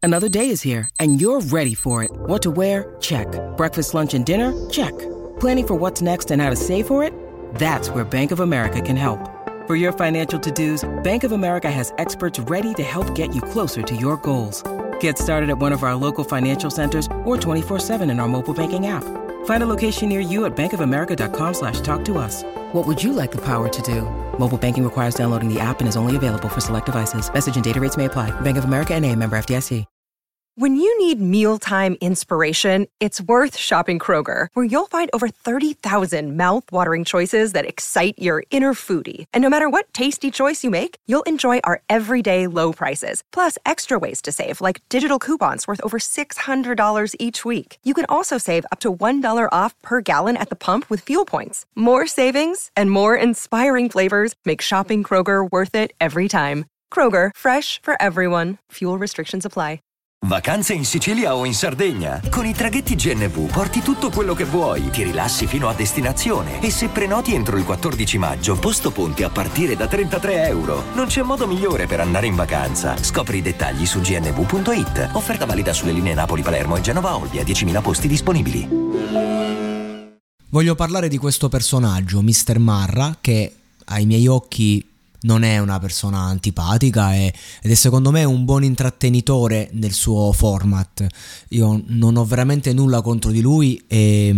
Another day is here, and you're ready for it. What to wear? Check. Breakfast, lunch, and dinner? Check. Planning for what's next and how to save for it? That's where Bank of America can help. For your financial to-dos, Bank of America has experts ready to help get you closer to your goals. Get started at one of our local financial centers or 24/7 in our mobile banking app. Find a location near you at bankofamerica.com/talktous. What would you like the power to do? Mobile banking requires downloading the app and is only available for select devices. Message and data rates may apply. Bank of America N.A., member FDIC. When you need mealtime inspiration, it's worth shopping Kroger, where you'll find over 30,000 mouth-watering choices that excite your inner foodie. And no matter what tasty choice you make, you'll enjoy our everyday low prices, plus extra ways to save, like digital coupons worth over $600 each week. You can also save up to $1 off per gallon at the pump with fuel points. More savings and more inspiring flavors make shopping Kroger worth it every time. Kroger, fresh for everyone. Fuel restrictions apply. Vacanze in Sicilia o in Sardegna? Con i traghetti GNV porti tutto quello che vuoi, ti rilassi fino a destinazione e se prenoti entro il 14 maggio, posto ponti a partire da €33. Non c'è modo migliore per andare in vacanza. Scopri i dettagli su gnv.it. Offerta valida sulle linee Napoli-Palermo e Genova-Olbia, 10.000 posti disponibili. Voglio parlare di questo personaggio, Mr. Marra, che ai miei occhi non è una persona antipatica ed è secondo me un buon intrattenitore nel suo format. Io non ho veramente nulla contro di lui e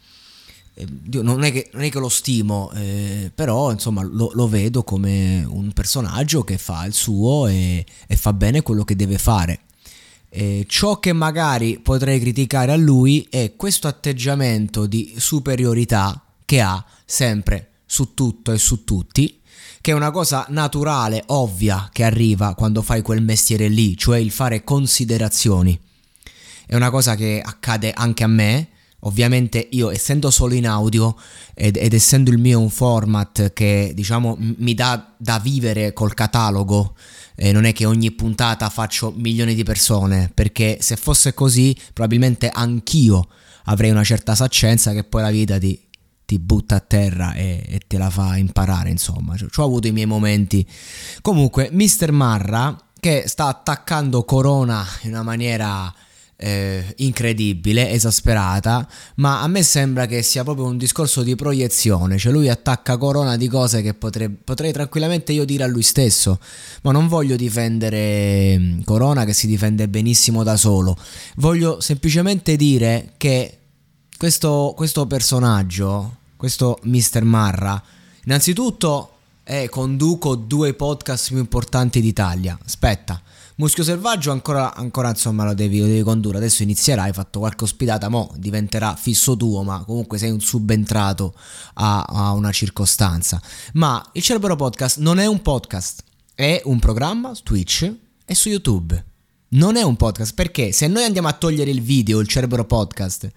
non è che lo stimo, però insomma lo vedo come un personaggio che fa il suo e fa bene quello che deve fare. Ciò che magari potrei criticare a lui è questo atteggiamento di superiorità che ha sempre su tutto e su tutti, che è una cosa naturale, ovvia, che arriva quando fai quel mestiere lì, cioè il fare considerazioni. È una cosa che accade anche a me. Ovviamente io, essendo solo in audio ed essendo il mio un format che diciamo mi dà da vivere col catalogo, non è che ogni puntata faccio milioni di persone, perché se fosse così probabilmente anch'io avrei una certa saccenza che poi la vita ti butta a terra e te la fa imparare, insomma. Ho avuto i miei momenti. Comunque, Mr. Marra, che sta attaccando Corona in una maniera incredibile, esasperata, ma a me sembra che sia proprio un discorso di proiezione, cioè lui attacca Corona di cose che potrei tranquillamente io dire a lui stesso, ma non voglio difendere Corona, che si difende benissimo da solo. Voglio semplicemente dire che questo personaggio, questo Mr. Marra, innanzitutto conduco 2 podcast più importanti d'Italia. Aspetta, Muschio Selvaggio ancora insomma lo devi condurre. Adesso inizierai, hai fatto qualche ospitata, mo diventerà fisso tuo, ma comunque sei un subentrato a una circostanza. Ma il Cerbero Podcast non è un podcast, è un programma su Twitch e su YouTube. Non è un podcast, perché se noi andiamo a togliere il video, il Cerbero Podcast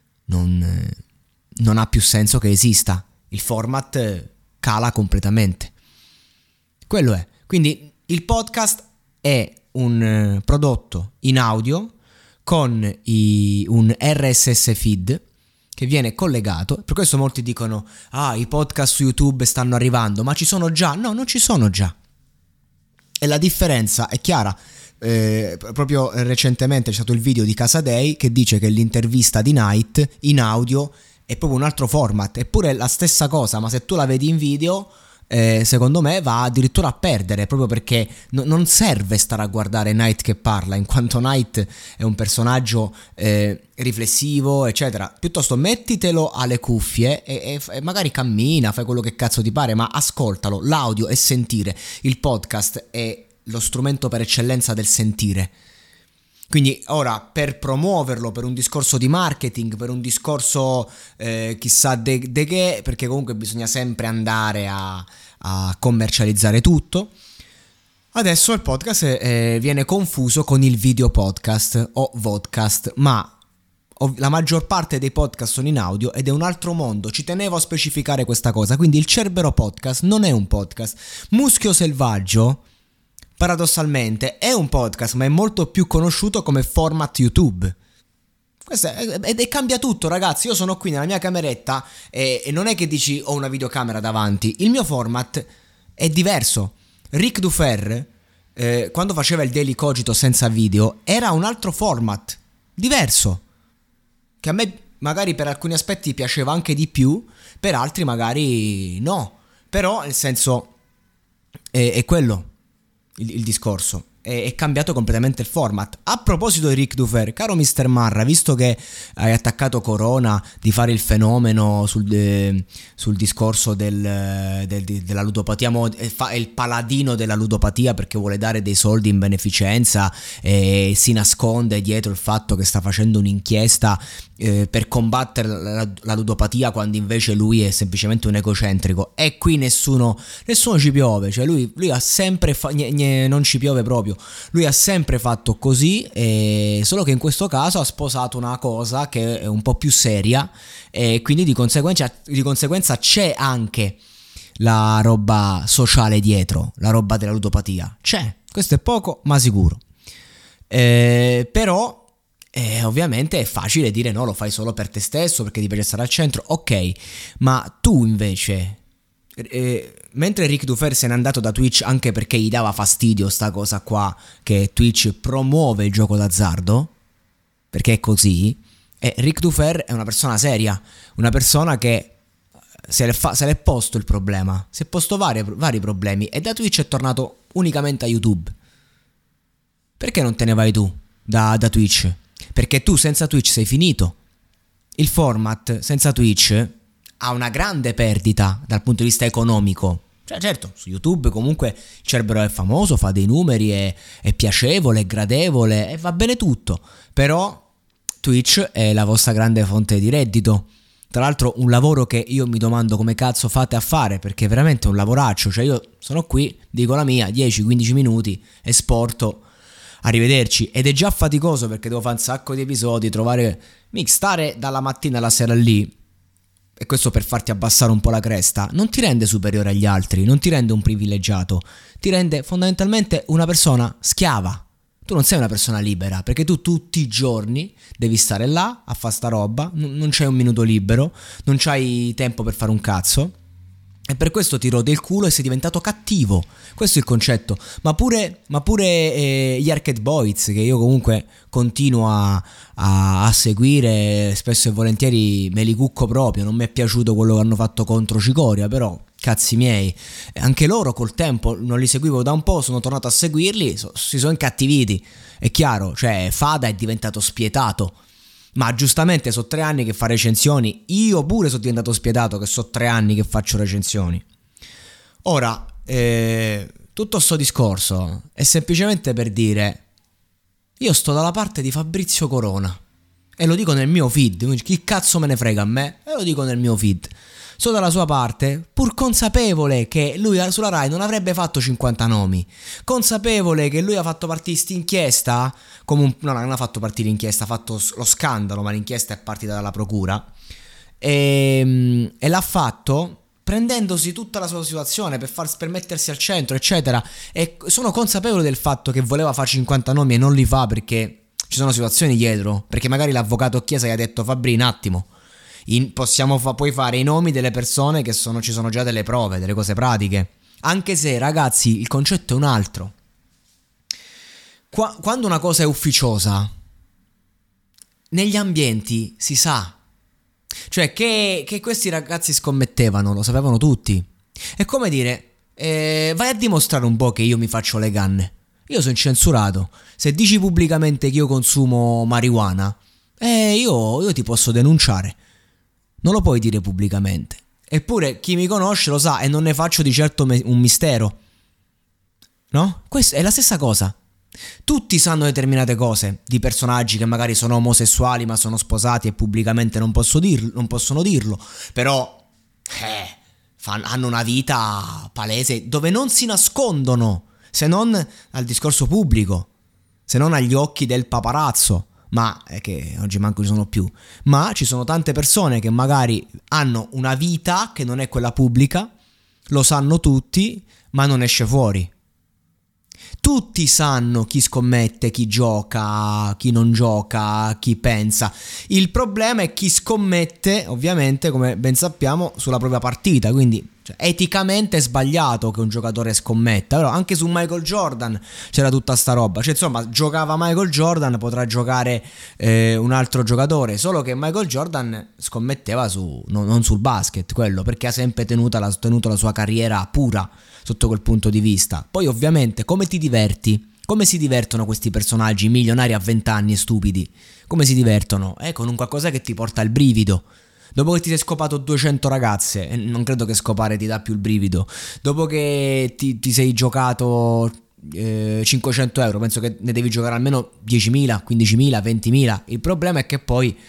non ha più senso che esista. Il format cala completamente. Quello è. Quindi il podcast è un prodotto in audio con un RSS feed che viene collegato. Per questo molti dicono: i podcast su YouTube stanno arrivando, ma ci sono già. No, non ci sono già. E la differenza è chiara. Proprio recentemente c'è stato il video di Casadei che dice che l'intervista di Night in audio è proprio un altro format, eppure la stessa cosa, ma se tu la vedi in video secondo me va addirittura a perdere, proprio perché non serve stare a guardare Night che parla, in quanto Night è un personaggio riflessivo eccetera. Piuttosto mettitelo alle cuffie e magari cammina, fai quello che cazzo ti pare, ma ascoltalo. L'audio è sentire, il podcast è lo strumento per eccellenza del sentire. Quindi ora, per promuoverlo, per un discorso di marketing, per un discorso chissà de che, perché comunque bisogna sempre andare a commercializzare tutto, adesso il podcast viene confuso con il video podcast o vodcast, ma la maggior parte dei podcast sono in audio ed è un altro mondo. Ci tenevo a specificare questa cosa. Quindi il Cerbero Podcast non è un podcast. Muschio Selvaggio paradossalmente è un podcast, ma è molto più conosciuto come format YouTube. Questo e cambia tutto, ragazzi. Io sono qui nella mia cameretta e non è che dici ho una videocamera davanti. Il mio format è diverso. Ric Dufer quando faceva il Daily Cogito senza video, era un altro format, diverso, che a me magari per alcuni aspetti piaceva anche di più, per altri magari no. Però nel senso è quello il discorso. È cambiato completamente il format. A proposito di Ric Dufer, caro Mr. Marra, visto che hai attaccato Corona di fare il fenomeno sul discorso della ludopatia, è il paladino della ludopatia perché vuole dare dei soldi in beneficenza e si nasconde dietro il fatto che sta facendo un'inchiesta per combattere la ludopatia, quando invece lui è semplicemente un egocentrico, e qui nessuno ci piove, cioè lui ha sempre non ci piove proprio. Lui ha sempre fatto così, solo che in questo caso ha sposato una cosa che è un po' più seria, e quindi di conseguenza c'è anche la roba sociale dietro, la roba della ludopatia c'è, questo è poco ma sicuro. Però ovviamente è facile dire no, lo fai solo per te stesso perché ti piace stare al centro, ok, ma tu invece mentre Ric Dufer se n'è andato da Twitch anche perché gli dava fastidio sta cosa qua, che Twitch promuove il gioco d'azzardo, perché è così, e Ric Dufer è una persona seria, una persona che se l'è posto il problema, si è posto vari problemi, e da Twitch è tornato unicamente a YouTube. Perché non te ne vai tu da Twitch? Perché tu senza Twitch sei finito. Il format senza Twitch ha una grande perdita dal punto di vista economico. Cioè, certo, su YouTube comunque il Cerbero è famoso, fa dei numeri, è piacevole, è gradevole e va bene tutto. Però Twitch è la vostra grande fonte di reddito. Tra l'altro un lavoro che io mi domando come cazzo fate a fare, perché è veramente un lavoraccio. Cioè io sono qui, dico la mia, 10-15 minuti, esporto, arrivederci. Ed è già faticoso perché devo fare un sacco di episodi, stare dalla mattina alla sera lì. E questo per farti abbassare un po' la cresta non ti rende superiore agli altri, non ti rende un privilegiato, ti rende fondamentalmente una persona schiava. Tu non sei una persona libera, perché tu tutti i giorni devi stare là a fare sta roba, non c'hai un minuto libero, non c'hai tempo per fare un cazzo, e per questo ti rode il culo e sei diventato cattivo. Questo è il concetto. Ma pure gli Arcade Boys, che io comunque continuo a seguire spesso e volentieri, me li cucco proprio. Non mi è piaciuto quello che hanno fatto contro Cicoria, però cazzi miei, anche loro col tempo non li seguivo da un po', sono tornato a seguirli, si sono incattiviti. È chiaro, cioè Fada è diventato spietato. Ma giustamente sono 3 anni che fa recensioni, io pure sono diventato spietato che so 3 anni che faccio recensioni. Ora, tutto sto discorso è semplicemente per dire, io sto dalla parte di Fabrizio Corona e lo dico nel mio feed, chi cazzo me ne frega a me, e lo dico nel mio feed. Sto dalla sua parte, pur consapevole che lui sulla Rai non avrebbe fatto 50 nomi, consapevole che lui ha fatto partire st'inchiesta come no, non ha fatto partire l'inchiesta, ha fatto lo scandalo, ma l'inchiesta è partita dalla procura, e l'ha fatto prendendosi tutta la sua situazione per mettersi al centro, eccetera, e sono consapevole del fatto che voleva fare 50 nomi e non li fa perché ci sono situazioni dietro, perché magari l'avvocato Chiesa gli ha detto Fabri, un attimo, puoi fare i nomi delle persone che ci sono già delle prove, delle cose pratiche. Anche se, ragazzi, il concetto è un altro. Quando una cosa è ufficiosa, negli ambienti si sa. Cioè che questi ragazzi scommettevano, lo sapevano tutti. È come dire, vai a dimostrare un po' che io mi faccio le canne. Io sono incensurato. Se dici pubblicamente che io consumo marijuana, io ti posso denunciare. Non lo puoi dire pubblicamente. Eppure chi mi conosce lo sa, e non ne faccio di certo un mistero. No? Questa è la stessa cosa. Tutti sanno determinate cose di personaggi che magari sono omosessuali ma sono sposati e pubblicamente non possono dirlo. Però hanno una vita palese dove non si nascondono, se non al discorso pubblico, se non agli occhi del paparazzo. Ma è che oggi manco ci sono più. Ma ci sono tante persone che magari hanno una vita che non è quella pubblica, lo sanno tutti, ma non esce fuori. Tutti sanno chi scommette, chi gioca, chi non gioca, chi pensa. Il problema è chi scommette, ovviamente, come ben sappiamo, sulla propria partita. Quindi eticamente è sbagliato che un giocatore scommetta. Però anche su Michael Jordan c'era tutta sta roba. Cioè, insomma, giocava Michael Jordan, potrà giocare un altro giocatore. Solo che Michael Jordan scommetteva non sul basket, quello, perché ha sempre tenuto la sua carriera pura sotto quel punto di vista. Poi ovviamente come ti diverti? Come si divertono questi personaggi milionari a 20 anni e stupidi? Come si divertono? Con un qualcosa che ti porta il brivido. Dopo che ti sei scopato 200 ragazze, non credo che scopare ti dà più il brivido. Dopo che ti sei giocato 500 euro, penso che ne devi giocare almeno 10.000, 15.000, 20.000. Il problema è che poi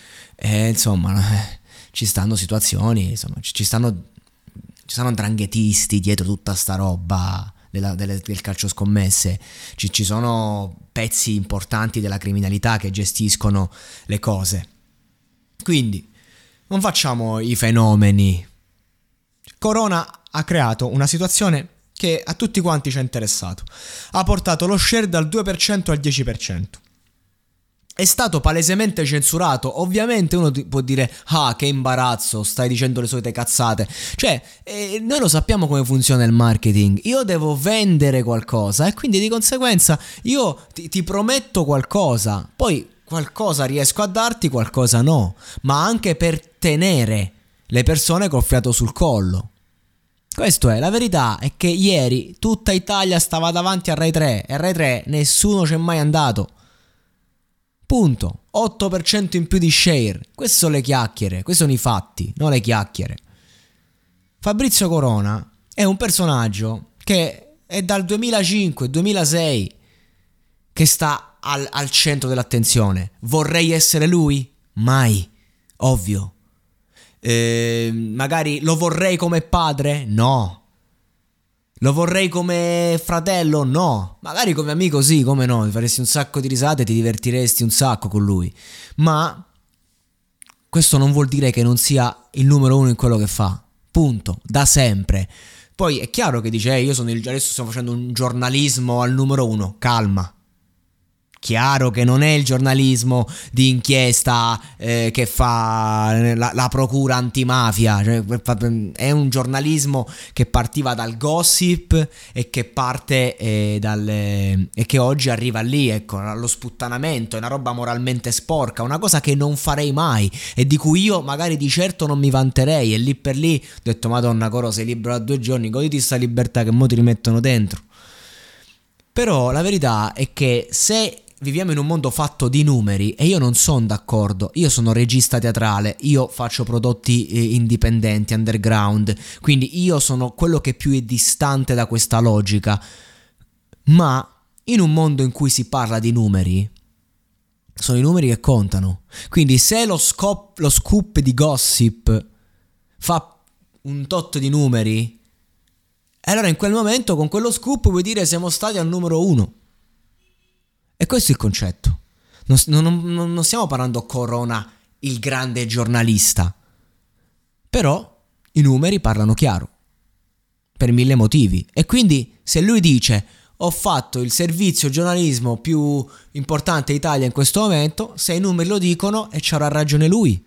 ci stanno situazioni, insomma, ci stanno 'ndranghetisti dietro tutta sta roba del calcio scommesse. Ci sono pezzi importanti della criminalità che gestiscono le cose. Quindi non facciamo i fenomeni. Corona ha creato una situazione che a tutti quanti ci ha interessato. Ha portato lo share dal 2% al 10%. È stato palesemente censurato. Ovviamente uno può dire: ah, che imbarazzo, stai dicendo le solite cazzate. Cioè, noi lo sappiamo come funziona il marketing. Io devo vendere qualcosa e quindi di conseguenza io ti prometto qualcosa. Poi qualcosa riesco a darti, qualcosa no. Ma anche per tenere le persone col fiato sul collo. Questo è, la verità è che ieri tutta Italia stava davanti a Rai 3 e a Rai 3 nessuno c'è mai andato. Punto. 8% in più di share. Queste sono le chiacchiere, questi sono i fatti, non le chiacchiere. Fabrizio Corona è un personaggio che è dal 2005-2006 che sta al centro dell'attenzione. Vorrei essere lui? Mai. Ovvio. Magari lo vorrei come padre? No. Lo vorrei come fratello? No. Magari come amico sì, come no. Ti faresti un sacco di risate, ti divertiresti un sacco con lui. Ma questo non vuol dire che non sia il numero uno in quello che fa. Punto. Da sempre. Poi è chiaro che dice io adesso stiamo facendo un giornalismo al numero uno. Calma. Chiaro che non è il giornalismo di inchiesta che fa la procura antimafia, cioè, è un giornalismo che partiva dal gossip e che parte e che oggi arriva lì, ecco, allo sputtanamento. È una roba moralmente sporca, una cosa che non farei mai e di cui io magari di certo non mi vanterei. E lì per lì ho detto: Madonna Coro, sei libero da 2 giorni, goditi sta libertà che mo ti rimettono dentro. Però la verità è che se viviamo in un mondo fatto di numeri, e io non sono d'accordo. Io sono regista teatrale, io faccio prodotti indipendenti, underground, quindi io sono quello che più è distante da questa logica. Ma in un mondo in cui si parla di numeri, sono i numeri che contano. Quindi se lo scoop di gossip fa un tot di numeri, allora in quel momento con quello scoop vuoi dire siamo stati al numero 1. E questo è il concetto. Non stiamo parlando Corona, il grande giornalista. Però i numeri parlano chiaro. Per 1000 motivi. E quindi se lui dice: ho fatto il servizio giornalismo più importante d'Italia in questo momento, se i numeri lo dicono, e ci avrà ragione lui.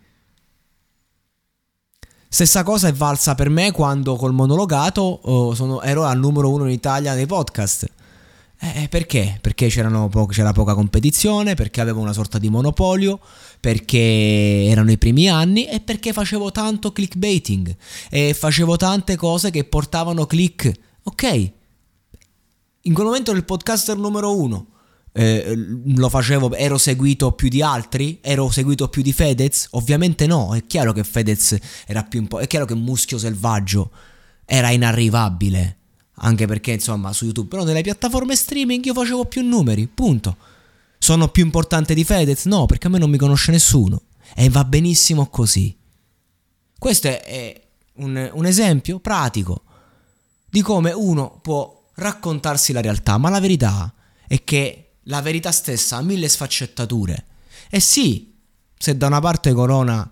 Stessa cosa è valsa per me quando col monologato ero al numero 1 in Italia nei podcast. Perché? Perché c'era poca competizione, perché avevo una sorta di monopolio, perché erano i primi anni e perché facevo tanto clickbaiting e facevo tante cose che portavano click. Ok, in quel momento ero il podcaster numero 1. Lo facevo, ero seguito più di altri? Ero seguito più di Fedez? Ovviamente no, è chiaro che Fedez era più è chiaro che Muschio Selvaggio era inarrivabile. Anche perché insomma su YouTube, però nelle piattaforme streaming io facevo più numeri, punto. Sono più importante di Fedez? No, perché a me non mi conosce nessuno e va benissimo così. Questo è un esempio pratico di come uno può raccontarsi la realtà, ma la verità è che la verità stessa ha 1000 sfaccettature. E sì, se da una parte Corona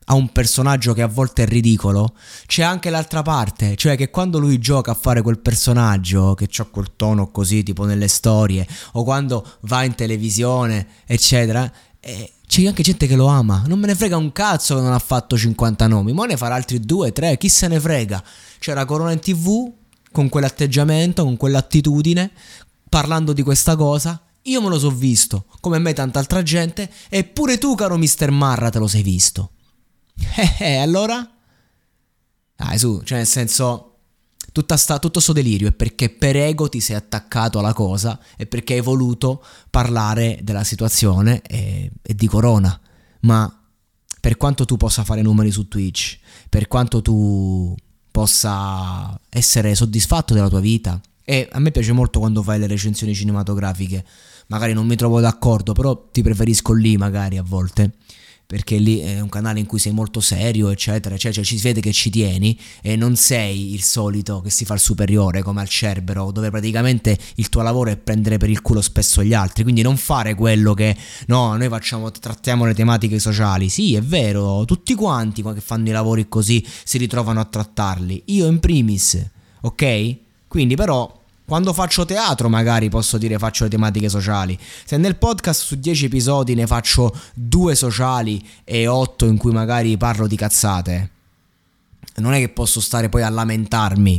a un personaggio che a volte è ridicolo, c'è anche l'altra parte, cioè che quando lui gioca a fare quel personaggio che c'ha quel tono così tipo nelle storie, o quando va in televisione eccetera, c'è anche gente che lo ama. Non me ne frega un cazzo che non ha fatto 50 nomi, ma ne farà altri 2, 3, chi se ne frega. C'era Corona in TV con quell'atteggiamento, con quell'attitudine, parlando di questa cosa. Io me lo so visto, come me tanta altra gente, e pure tu, caro Mr. Marra, te lo sei visto. Allora? Dai, su, cioè nel senso, tutto sto delirio è perché per ego ti sei attaccato alla cosa e perché hai voluto parlare della situazione e di Corona. Ma per quanto tu possa fare numeri su Twitch, per quanto tu possa essere soddisfatto della tua vita, e a me piace molto quando fai le recensioni cinematografiche, magari non mi trovo d'accordo, però ti preferisco lì magari a volte, perché lì è un canale in cui sei molto serio eccetera, cioè ci si vede che ci tieni e non sei il solito che si fa il superiore come al Cerbero, dove praticamente il tuo lavoro è prendere per il culo spesso gli altri. Quindi non fare quello che no, noi trattiamo le tematiche sociali. Sì, è vero, tutti quanti che fanno i lavori così si ritrovano a trattarli, io in primis, ok? Quindi però quando faccio teatro magari posso dire faccio le tematiche sociali. Se nel podcast su 10 episodi ne faccio 2 sociali e 8 in cui magari parlo di cazzate, non è che posso stare poi a lamentarmi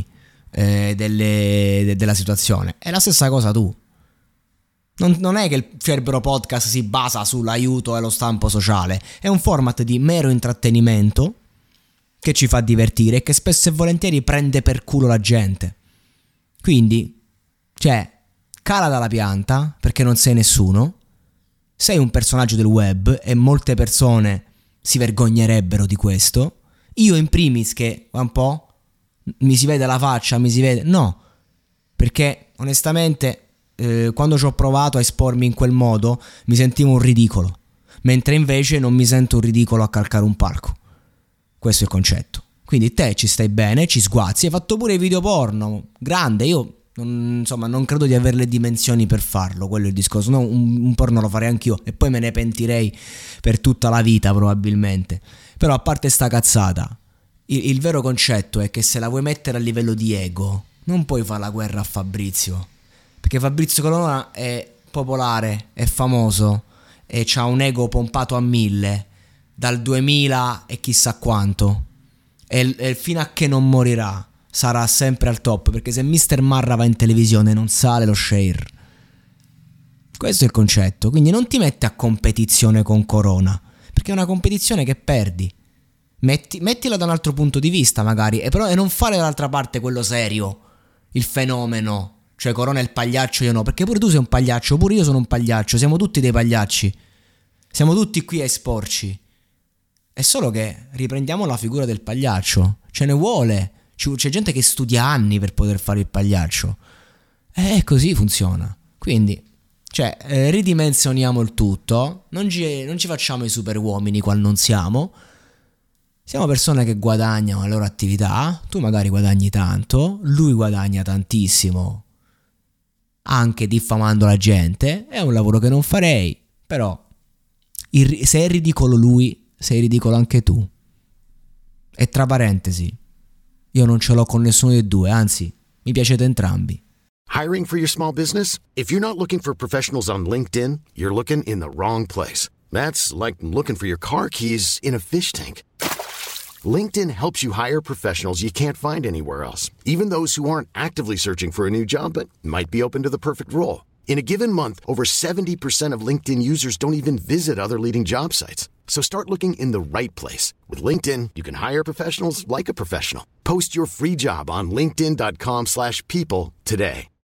della situazione. È la stessa cosa tu. Non è che il Cerbero Podcast si basa sull'aiuto e lo stampo sociale. È un format di mero intrattenimento che ci fa divertire e che spesso e volentieri prende per culo la gente. Quindi, cioè, cala dalla pianta, perché non sei nessuno, sei un personaggio del web e molte persone si vergognerebbero di questo. Io in primis, che un po' mi si vede la faccia, mi si vede... No, perché onestamente quando ci ho provato a espormi in quel modo mi sentivo un ridicolo, mentre invece non mi sento un ridicolo a calcare un palco. Questo è il concetto. Quindi te ci stai bene, ci sguazzi, hai fatto pure i video porno, grande, io non credo di avere le dimensioni per farlo, quello è il discorso. No, un porno lo farei anch'io e poi me ne pentirei per tutta la vita probabilmente. Però a parte sta cazzata, il vero concetto è che se la vuoi mettere a livello di ego non puoi fare la guerra a Fabrizio, perché Fabrizio Corona è popolare, è famoso e c'ha un ego pompato a 1000 dal 2000 e chissà quanto, e fino a che non morirà sarà sempre al top, perché se Mr. Marra va in televisione non sale lo share. Questo è il concetto. Quindi non ti metti a competizione con Corona, perché è una competizione che perdi. Mettila da un altro punto di vista magari, e non fare dall'altra parte quello serio, il fenomeno, cioè Corona è il pagliaccio, io no, perché pure tu sei un pagliaccio, pure io sono un pagliaccio, siamo tutti dei pagliacci, siamo tutti qui a esporci. È solo che riprendiamo la figura del pagliaccio, ce ne vuole, c'è gente che studia anni per poter fare il pagliaccio, e così funziona. Quindi, cioè, ridimensioniamo il tutto, non ci facciamo i super uomini qual non siamo. Siamo persone che guadagnano la loro attività, tu magari guadagni tanto, lui guadagna tantissimo, anche diffamando la gente, è un lavoro che non farei, però se è ridicolo lui, sei ridicolo anche tu. E tra parentesi, io non ce l'ho con nessuno dei due, anzi, mi piacete entrambi. Hiring for your small business? If you're not looking for professionals on LinkedIn, you're looking in the wrong place. That's like looking for your car keys in a fish tank. LinkedIn helps you hire professionals you can't find anywhere else, even those who aren't actively searching for a new job but might be open to the perfect role. In a given month, over 70% of LinkedIn users don't even visit other leading job sites. So start looking in the right place. With LinkedIn, you can hire professionals like a professional. Post your free job on linkedin.com/people today.